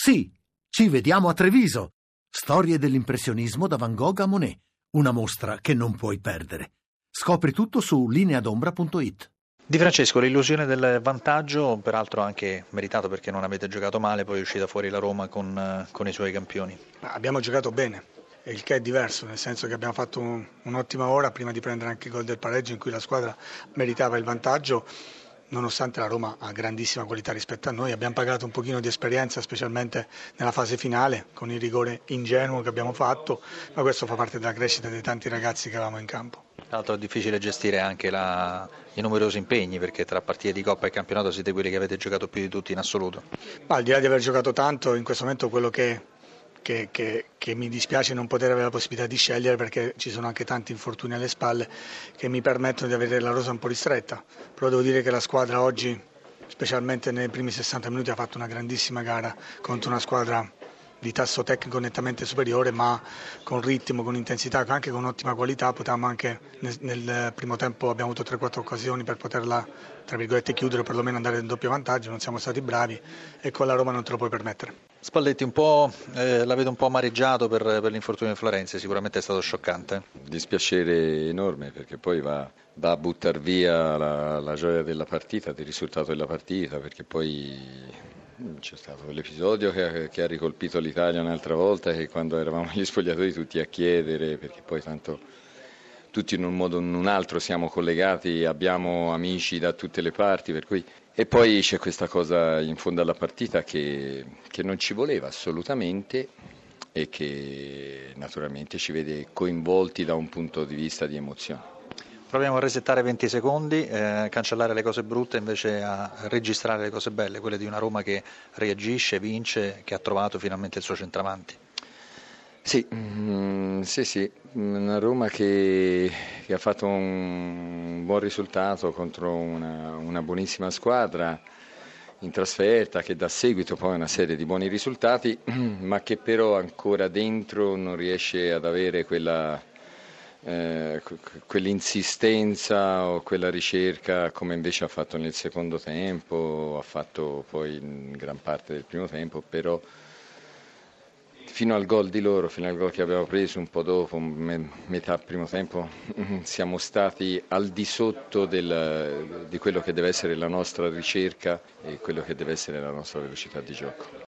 Sì, ci vediamo a Treviso. Storie dell'impressionismo da Van Gogh a Monet. Una mostra che non puoi perdere. Scopri tutto su lineadombra.it. Di Francesco, l'illusione del vantaggio, peraltro anche meritato perché non avete giocato male, poi è uscita fuori la Roma con i suoi campioni. Abbiamo giocato bene, il che è diverso, nel senso che abbiamo fatto un'ottima ora prima di prendere anche il gol del pareggio in cui la squadra meritava il vantaggio. Nonostante la Roma ha grandissima qualità rispetto a noi, abbiamo pagato un pochino di esperienza, specialmente nella fase finale, con il rigore ingenuo che abbiamo fatto, ma questo fa parte della crescita dei tanti ragazzi che avevamo in campo. Tra l'altro è difficile gestire anche i numerosi impegni, perché tra partite di Coppa e campionato siete quelli che avete giocato più di tutti in assoluto. Ma al di là di aver giocato tanto, in questo momento quello che mi dispiace non poter avere la possibilità di scegliere, perché ci sono anche tanti infortuni alle spalle che mi permettono di avere la rosa un po' ristretta, però devo dire che la squadra oggi, specialmente nei primi 60 minuti, ha fatto una grandissima gara contro una squadra di tasso tecnico nettamente superiore, ma con ritmo, con intensità, anche con ottima qualità. Potevamo anche nel primo tempo, abbiamo avuto 3-4 occasioni per poterla, tra virgolette, chiudere o perlomeno andare in doppio vantaggio, non siamo stati bravi e con la Roma non te lo puoi permettere. Spalletti, l'avete un po' amareggiato per l'infortunio di Florenzi, sicuramente è stato scioccante. Dispiacere enorme, perché poi va a buttare via la gioia della partita, del risultato della partita, perché poi c'è stato l'episodio che ha ricolpito l'Italia un'altra volta, che quando eravamo agli spogliatoi tutti a chiedere, perché poi tanto tutti in un modo o in un altro siamo collegati, abbiamo amici da tutte le parti, per cui... E poi c'è questa cosa in fondo alla partita che non ci voleva assolutamente e che naturalmente ci vede coinvolti da un punto di vista di emozione. Proviamo a resettare 20 secondi, cancellare le cose brutte invece a registrare le cose belle, quelle di una Roma che reagisce, vince, che ha trovato finalmente il suo centravanti. Sì, una Roma che ha fatto un buon risultato contro una buonissima squadra in trasferta, che dà seguito poi a una serie di buoni risultati, ma che però ancora dentro non riesce ad avere quell'insistenza o quella ricerca come invece ha fatto nel secondo tempo, ha fatto poi in gran parte del primo tempo, però fino al gol di loro, fino al gol che abbiamo preso un po' dopo, metà primo tempo, siamo stati al di sotto di quello che deve essere la nostra ricerca e quello che deve essere la nostra velocità di gioco.